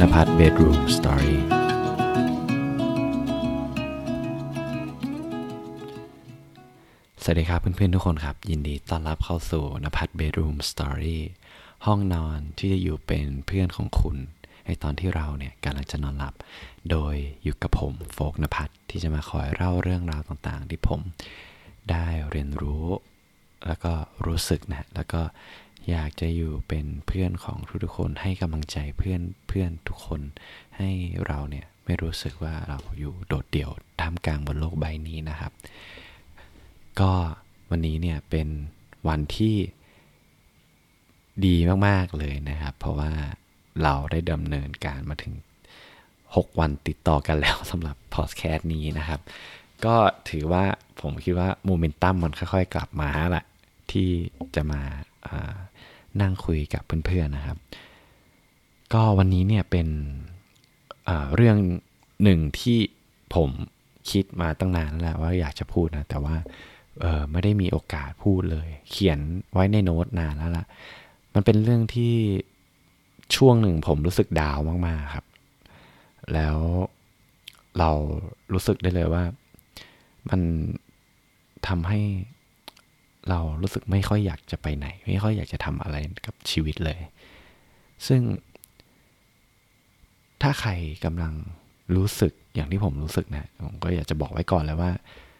นภัทร Bedroom Storyสวัสดีครับเพื่อนๆทุกคนครับยินดีต้อนรับเข้าสู่นภัทร Bedroom Story ห้องนอนที่จะอยู่เป็นเพื่อนของคุณในตอนที่เราเนี่ยกำลังจะนอนหลับโดยอยู่กับผมโฟกนภัทรที่จะมาคอยเล่าเรื่องราวต่างๆที่ผมได้เรียนรู้แล้วก็รู้สึกนะแล้วก็อยากจะอยู่เป็นเพื่อนของทุกๆคนให้กำลังใจเพื่อนทุกคนให้เราเนี่ยไม่รู้สึกว่าเราอยู่โดดเดี่ยวท่ามกลางบนโลกใบนี้นะครับก็วันนี้เนี่ยเป็นวันที่ดีมากๆเลยนะครับเพราะว่าเราได้ดำเนินการมาถึง6วันติดต่อกันแล้วสำหรับพอดแคสต์นี้นะครับก็ถือว่าผมคิดว่าโมเมนตัมมันค่อยๆกลับมาแหละที่จะมานั่งคุยกับเพื่อนๆนะครับก็วันนี้เนี่ยเป็นเรื่องหนึ่งที่ผมคิดมาตั้งนานแล้วว่าอยากจะพูดนะแต่ว่าไม่ได้มีโอกาสพูดเลยเขียนไว้ในโน้ตนานแล้วล่ะมันเป็นเรื่องที่ช่วงหนึ่งผมรู้สึกดาวมากๆครับแล้วเรารู้สึกได้เลยว่ามันทำให้เรารู้สึกไม่ค่อยอยากจะไปไหนไม่ค่อยอยากจะทำอะไรกับชีวิตเลยซึ่งถ้าใครกำลังรู้สึกอย่างที่ผมรู้สึกนะผมก็อยากจะบอกไว้ก่อนเลยว่า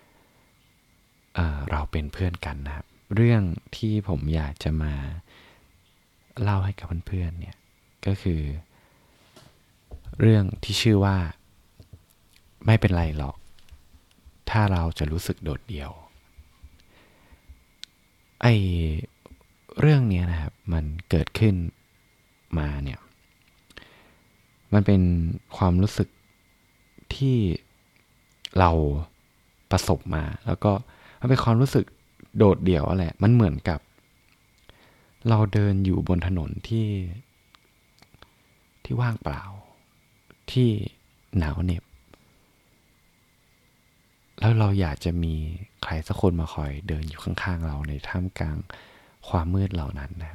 เราเป็นเพื่อนกันนะครับเรื่องที่ผมอยากจะมาเล่าให้กับเพื่อนๆเนี่ยก็คือเรื่องที่ชื่อว่าไม่เป็นไรหรอกถ้าเราจะรู้สึกโดดเดี่ยวไอ้เรื่องนี้นะครับมันเกิดขึ้นมาเนี่ยมันเป็นความรู้สึกที่เราประสบมาแล้วก็มันเป็นความรู้สึกโดดเดี่ยวแหละมันเหมือนกับเราเดินอยู่บนถนนที่ว่างเปล่าที่หนาวเหน็บแล้วเราอยากจะมีใครสักคนมาคอยเดินอยู่ข้างๆเราในท่ามกลางความมืดเหล่านั้นนะครับ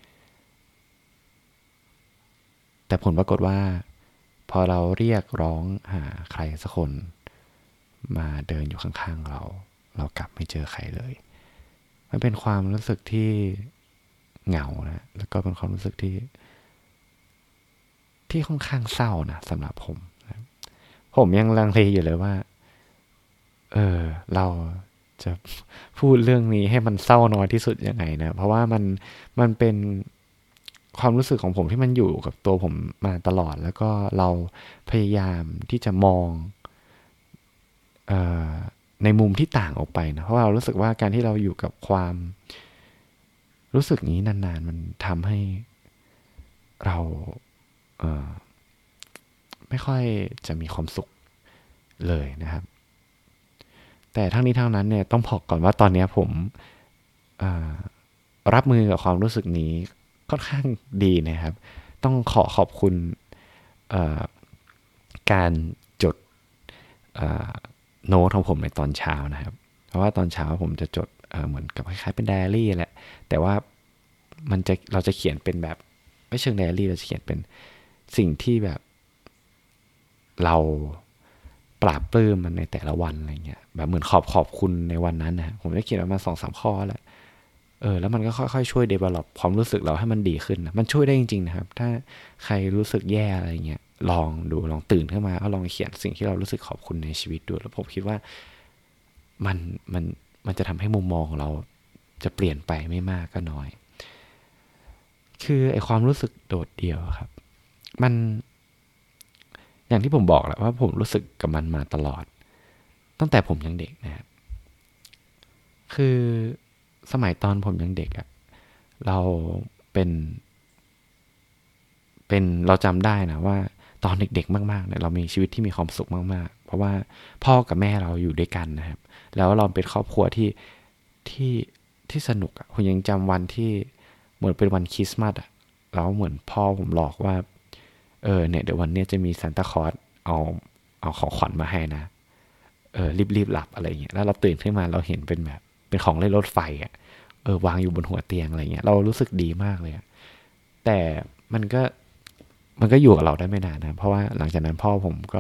แต่ผลปรากฏว่าพอเราเรียกร้องหาใครสักคนมาเดินอยู่ข้างๆเรากลับไม่เจอใครเลยมันเป็นความรู้สึกที่เหงานะแล้วก็เป็นความรู้สึกที่ค่อนข้างเศร้านะสำหรับผมยังลังเลอยู่เลยว่าเราจะพูดเรื่องนี้ให้มันเศร้าน้อยที่สุดยังไงนะเพราะว่ามันเป็นความรู้สึกของผมที่มันอยู่กับตัวผมมาตลอดแล้วก็เราพยายามที่จะมองในมุมที่ต่างออกไปนะเพราะเรารู้สึกว่าการที่เราอยู่กับความรู้สึกนี้นานๆมันทำให้เราไม่ค่อยจะมีความสุขเลยนะครับแต่ทั้งนี้ทั้งนั้นเนี่ยต้องบอกก่อนว่าตอนนี้ผมรับมือกับความรู้สึกนี้ค่อนข้างดีนะครับต้องขอบคุณการจดโน้ตของผมในตอนเช้านะครับเพราะว่าตอนเช้าผมจะจดเหมือนกับคล้ายๆเป็นไดอารี่แหละแต่ว่าเราจะเขียนเป็นแบบไม่เชิงไดอารี่เราจะเขียนเป็นสิ่งที่แบบเราปราบปลื้มมันในแต่ละวันอะไรเงี้ยแบบเหมือนขอบคุณในวันนั้นนะผมจะเขียนประมาณ 2-3 ข้อแหละแล้วมันก็ค่อยๆช่วย develop ความรู้สึกเราให้มันดีขึ้นนะมันช่วยได้จริงๆนะครับถ้าใครรู้สึกแย่อะไรเงี้ยลองตื่นขึ้นมาก็ลองเขียนสิ่งที่เรารู้สึกขอบคุณในชีวิตดูแล้วผมคิดว่ามันจะทำให้มุมมองของเราจะเปลี่ยนไปไม่มากก็น้อยคือไอความรู้สึกโดดเดี่ยวครับมันอย่างที่ผมบอกแหละว่าผมรู้สึกกับมันมาตลอดตั้งแต่ผมยังเด็กนะครับคือสมัยตอนผมยังเด็กอะเราเราจำได้นะว่าตอนเด็กๆมากๆเนี่ยเรามีชีวิตที่มีความสุขมากๆเพราะว่าพ่อกับแม่เราอยู่ด้วยกันนะครับแล้วเราเป็นครอบครัวที่สนุกอะผมยังจำวันที่เหมือนเป็นวันคริสต์มาสอะแล้วเหมือนพ่อผมหลอกว่าเนี่ยเดี๋ยววันนี้จะมีซานตาคลอสเอาของขวัญมาให้นะรีบหลับอะไรเงี้ยแล้วเราตื่นขึ้นมาเราเห็นเป็นแบบเป็นของเล่นรถไฟอ่ะวางอยู่บนหัวเตียงอะไรเงี้ยเรารู้สึกดีมากเลยแต่มันก็มันก็อยู่กับเราได้ไม่นานนะเพราะว่าหลังจากนั้นพ่อผมก็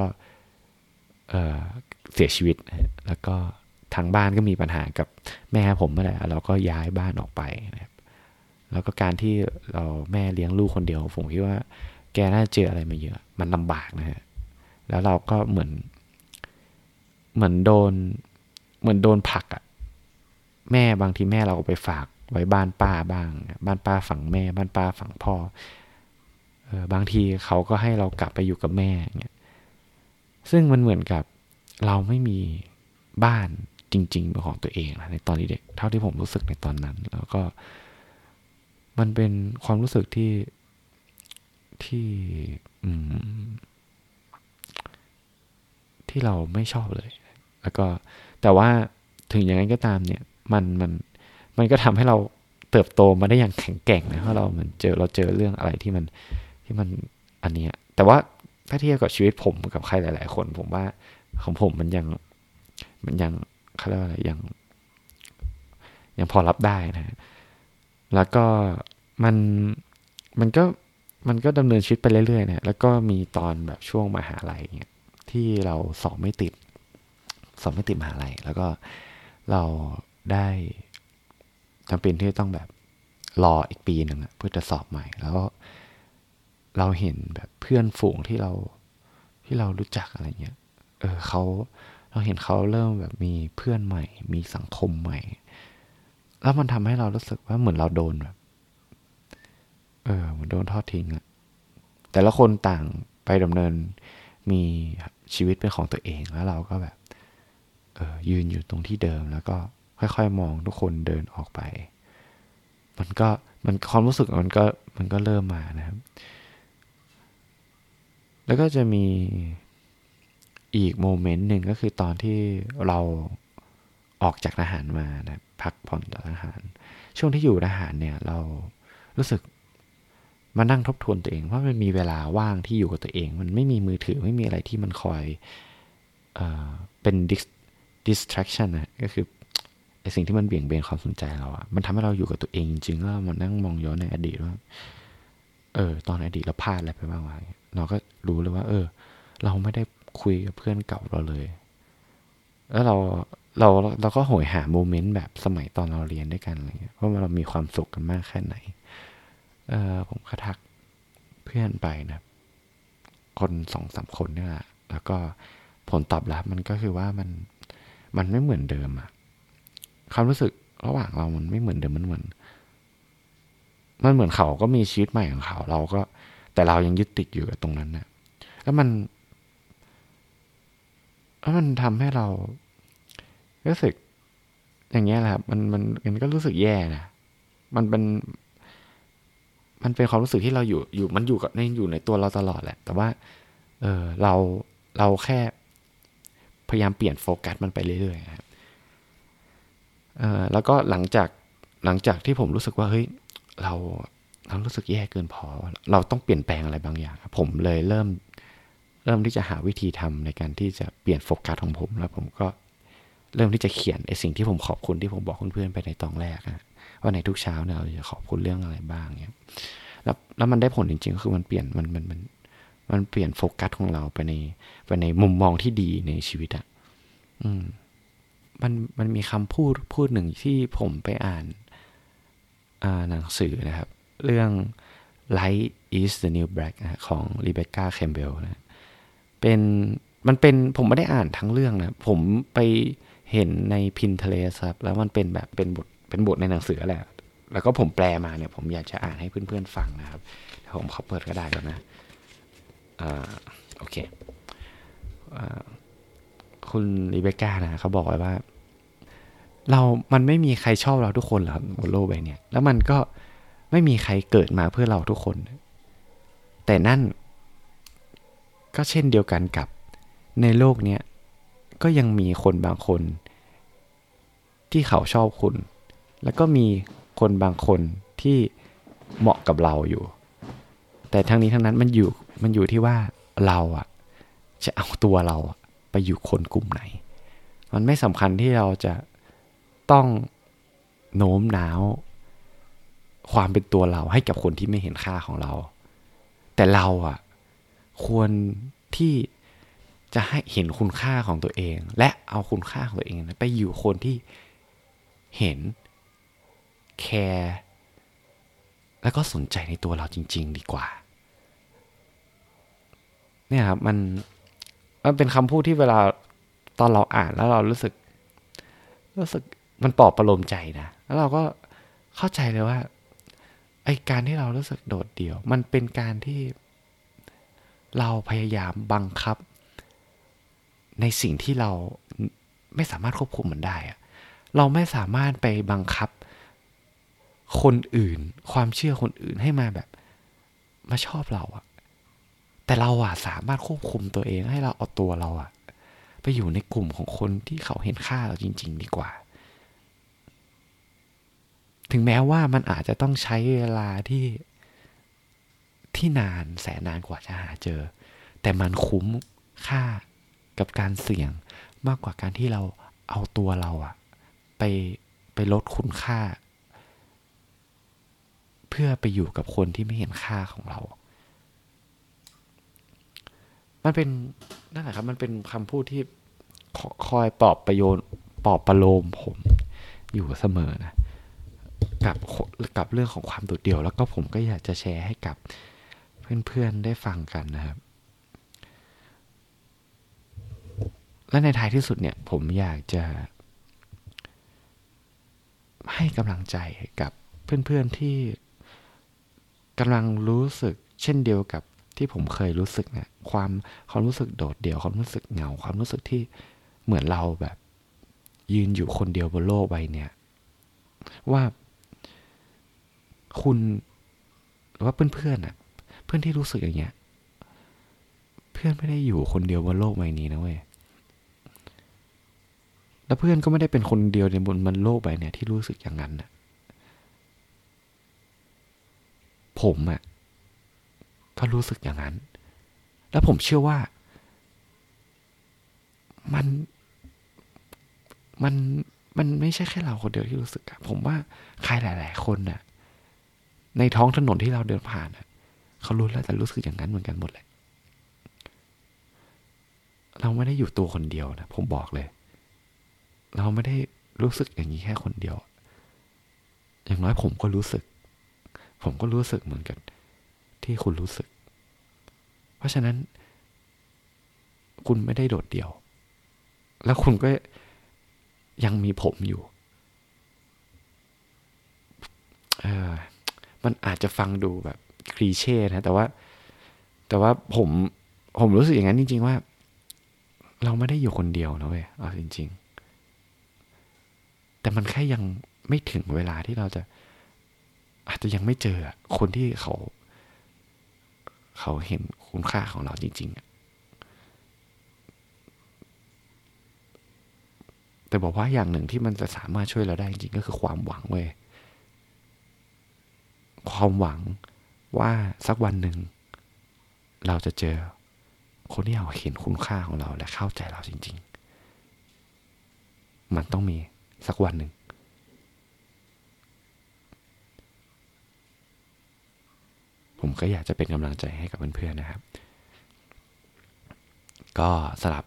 เสียชีวิตแล้วก็ทางบ้านก็มีปัญหากับแม่ผมนั่นแหละเราก็ย้ายบ้านออกไปนะครับแล้วก็การที่เราแม่เลี้ยงลูกคนเดียวผมคิดว่าแกน่าจะเจออะไรมาเยอะมันลำบากนะฮะแล้วเราก็เหมือนโดนผลักอ่ะแม่บางทีแม่เราก็ไปฝากไว้บ้านป้าบ้างบ้านป้าฝั่งแม่บ้านป้าฝั่งพ่อบางทีเขาก็ให้เรากลับไปอยู่กับแม่เงี้ยซึ่งมันเหมือนกับเราไม่มีบ้านจริงๆเป็นของตัวเองนะในตอนเด็กเท่าที่ผมรู้สึกในตอนนั้นแล้วก็มันเป็นความรู้สึกที่ที่เราไม่ชอบเลยแล้วก็แต่ว่าถึงอย่างนั้นก็ตามเนี่ยมันก็ทำให้เราเติบโตมาได้อย่างแข็งแกร่งนะเพราะเราเจอเรื่องอะไรที่มันอันเนี้ยแต่ว่าถ้าเทียบกับชีวิตผมกับใครหลายๆคนผมว่าของผมมันยังเขาเรียกว่าอะไรยังพอรับได้นะแล้วก็มันก็ดำเนินชีวิตไปเรื่อยๆนะแล้วก็มีตอนแบบช่วงมหาลัยเนี่ยที่เราสอบไม่ติดมหาลัยแล้วก็เราได้จำเป็นที่ต้องแบบรออีกปีหนึ่งเพื่อจะสอบใหม่แล้วเราเห็นแบบเพื่อนฝูงที่เรารู้จักอะไรเงี้ยเราเห็นเขาเริ่มแบบมีเพื่อนใหม่มีสังคมใหม่แล้วมันทำให้เรารู้สึกว่าเหมือนเราโดนแบบเหมือนโดนทอดทิ้งอะแต่ละคนต่างไปดำเนินมีชีวิตเป็นของตัวเองแล้วเราก็แบบยืนอยู่ตรงที่เดิมแล้วก็ค่อยๆมองทุกคนเดินออกไปมันความรู้สึกมันก็เริ่มมานะครับแล้วก็จะมีอีกโมเมนต์หนึ่งก็คือตอนที่เราออกจากทหารมานะพักผ่อนจากทหารช่วงที่อยู่ทหารเนี่ยเรารู้สึกมานั่งทบทวนตัวเองว่ามันมีเวลาว่างที่อยู่กับตัวเองมันไม่มีมือถือไม่มีอะไรที่มันคอยเป็น distraction นะก็คือไอสิ่งที่มันเบี่ยงเบนความสนใจเราอะมันทำให้เราอยู่กับตัวเองจริงๆแล้วมันนั่งมองย้อนในอดีตว่าตอนอดีตเราพลาดอะไรไปบ้างวะเราก็รู้เลยว่าเราไม่ได้คุยกับเพื่อนเก่าเราเลยแล้วเราก็โหยหาโมเมนต์แบบสมัยตอนเราเรียนด้วยกันอะไรเงี้ยว่าเรามีความสุขกันมากแค่ไหนผมก็ทักเพื่อนไปนะคน2-3 คนเนี่ยแหละแล้วก็ผลตอบรับมันก็คือว่ามันไม่เหมือนเดิมอะความรู้สึกระหว่างเรามันไม่เหมือนเดิมมันเหมือนเขาก็มีชีวิตใหม่ของเขาเราก็แต่เรายังยึดติดอยู่กับตรงนั้นนะแล้วมันทำให้เรารู้สึกอย่างเงี้ยแหละครับมันก็รู้สึกแย่นะมันเป็นความรู้สึกที่เราอยู่มันอยู่ในตัวเราตลอดแหละแต่ว่าเราแค่พยายามเปลี่ยนโฟกัสมันไปเรื่อยๆครับแล้วก็หลังจากที่ผมรู้สึกว่าเฮ้ยเรารู้สึกแย่เกินพอเราต้องเปลี่ยนแปลงอะไรบางอย่างผมเลยเริ่มที่จะหาวิธีทำในการที่จะเปลี่ยนโฟกัสของผมแล้วผมก็เริ่มที่จะเขียนไอ้สิ่งที่ผมขอบคุณที่ผมบอกเพื่อนๆไปในตอนแรกนะว่าในทุกเช้าเนี่ยเราจะขอบคุณเรื่องอะไรบ้างเนี่ยแล้วมันได้ผลจริงๆก็คือมันเปลี่ยนมันเปลี่ยนโฟกัสของเราไปในมุมมองที่ดีในชีวิตอ่ะมันมีคำพูดหนึ่งที่ผมไปอ่านหนังสือนะครับเรื่อง Light is the New Black ของ Rebecca Campbell นะมันเป็นผมไม่ได้อ่านทั้งเรื่องนะผมไปเห็นใน Pinterest ครับแล้วมันเป็นแบบเป็นบทในหนังสือแหละแล้วก็ผมแปลมาเนี่ยผมอยากจะอ่านให้เพื่อนๆฟังนะครับผมขอเปิดก็ได้แล้วนะโอเคคุณรีเบคก้านะเขาบอกไว้ว่ามันไม่มีใครชอบเราทุกคนหรอกบนโลกใบนี้แล้วมันก็ไม่มีใครเกิดมาเพื่อเราทุกคนแต่นั่นก็เช่นเดียวกันกับในโลกนี้ก็ยังมีคนบางคนที่เขาชอบคุณแล้วก็มีคนบางคนที่เหมาะกับเราอยู่แต่ทั้งนี้ทั้งนั้นมันอยู่ที่ว่าเราจะเอาตัวเราไปอยู่คนกลุ่มไหนมันไม่สำคัญที่เราจะต้องโน้มน้าวความเป็นตัวเราให้กับคนที่ไม่เห็นค่าของเราแต่เราควรที่จะให้เห็นคุณค่าของตัวเองและเอาคุณค่าของตัวเองไปอยู่คนที่เห็นแคร์แล้วก็สนใจในตัวเราจริงๆดีกว่าเนี่ยครับมันเป็นคำพูดที่เวลาตอนเราอ่านแล้วเรารู้สึกมันปลอบประโลมใจนะแล้วเราก็เข้าใจเลยว่าไอการที่เรารู้สึกโดดเดี่ยวมันเป็นการที่เราพยายามบังคับในสิ่งที่เราไม่สามารถควบคุมมันได้อะเราไม่สามารถไปบังคับคนอื่นความเชื่อคนอื่นให้มาแบบมาชอบเราอะแต่เราอะสามารถควบคุมตัวเองให้เราเอาตัวเราอะไปอยู่ในกลุ่มของคนที่เขาเห็นค่าเราจริงๆดีกว่าถึงแม้ว่ามันอาจจะต้องใช้เวลาที่นานแสนนานกว่าจะหาเจอแต่มันคุ้มค่ากับการเสี่ยงมากกว่าการที่เราเอาตัวเราอะไปลดคุณค่าเพื่อไปอยู่กับคนที่ไม่เห็นค่าของเรามันเป็นนั่นแหละครับมันเป็นคำพูดที่คอยปลอบประโลมผมอยู่เสมอนะกับเรื่องของความโดดเดี่ยวแล้วก็ผมก็อยากจะแชร์ให้กับเพื่อนๆได้ฟังกันนะครับและในท้ายที่สุดเนี่ยผมอยากจะให้กำลังใจกับเพื่อนๆที่กำลังรู้สึกเช่นเดียวกับที่ผมเคยรู้สึกนะความรู้สึกโดดเดี่ยวความรู้สึกเหงาความรู้สึกที่เหมือนเราแบบยืนอยู่คนเดียวบนโลกใบเนี่ยว่าคุณหรือว่าเพื่อนๆน่ะเพื่อนที่รู้สึกอย่างเงี้ยเพื่อนไม่ได้อยู่คนเดียวบนโลกใบนี้นะเว้ยแล้วเพื่อนก็ไม่ได้เป็นคนเดียวในบนโลกใบเนี่ยที่รู้สึกอย่างนั้นน่ะผมอ่ะก็รู้สึกอย่างนั้นแล้วผมเชื่อว่ามันมันมันไม่ใช่แค่เราคนเดียวที่รู้สึกอะผมว่าใครหลายๆคนน่ะในท้องถนนที่เราเดินผ่านน่ะเขารู้แล้วแต่รู้สึกอย่างนั้นเหมือนกันหมดเลยเราไม่ได้อยู่ตัวคนเดียวนะผมบอกเลยเราไม่ได้รู้สึกอย่างนี้แค่คนเดียวอย่างน้อยผมก็รู้สึกเหมือนกันที่คุณรู้สึกเพราะฉะนั้นคุณไม่ได้โดดเดี่ยวแล้วคุณก็ยังมีผมอยู่มันอาจจะฟังดูแบบคลีเช่นะแต่ว่าผมรู้สึกอย่างนั้นจริงๆว่าเราไม่ได้อยู่คนเดียวนะเว้ยเอาจริงๆแต่มันแค่ยังไม่ถึงเวลาที่เราจะอาจจะยังไม่เจอคนที่เขาเห็นคุณค่าของเราจริงๆแต่บอกว่าอย่างหนึ่งที่มันจะสามารถช่วยเราได้จริงๆก็คือความหวังเว้ยความหวังว่าสักวันหนึ่งเราจะเจอคนที่เขาเห็นคุณค่าของเราและเข้าใจเราจริงๆมันต้องมีสักวันหนึ่งผมก็อยากจะเป็นกำลังใจให้กับเพื่อนๆนะครับก็สำหรับ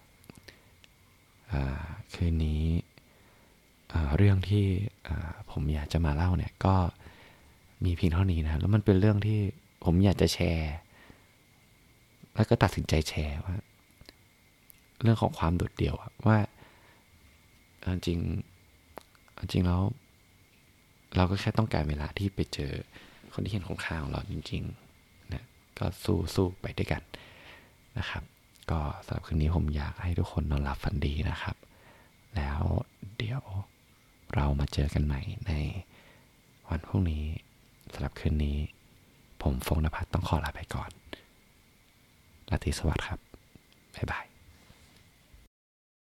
คืนนี้เรื่องที่ผมอยากจะมาเล่าเนี่ยก็มีเพียงเท่านี้นะครับแล้วมันเป็นเรื่องที่ผมอยากจะแชร์แล้วก็ตัดสินใจแชร์ว่าเรื่องของความโดดเดี่ยวว่าจริงแล้วเราก็แค่ต้องการเวลาที่ไปเจอคนที่เห็นคุณค่าของเราจริงๆนะก็สู้ไปด้วยกันนะครับก็สำหรับคืนนี้ผมอยากให้ทุกคนนอนหลับฝันดีนะครับแล้วเดี๋ยวเรามาเจอกันใหม่ในวันพรุ่งนี้สำหรับคืนนี้ผมฟงนภัสต้องขอลาไปก่อนราตรีสวัสดิ์ครับบ๊ายบาย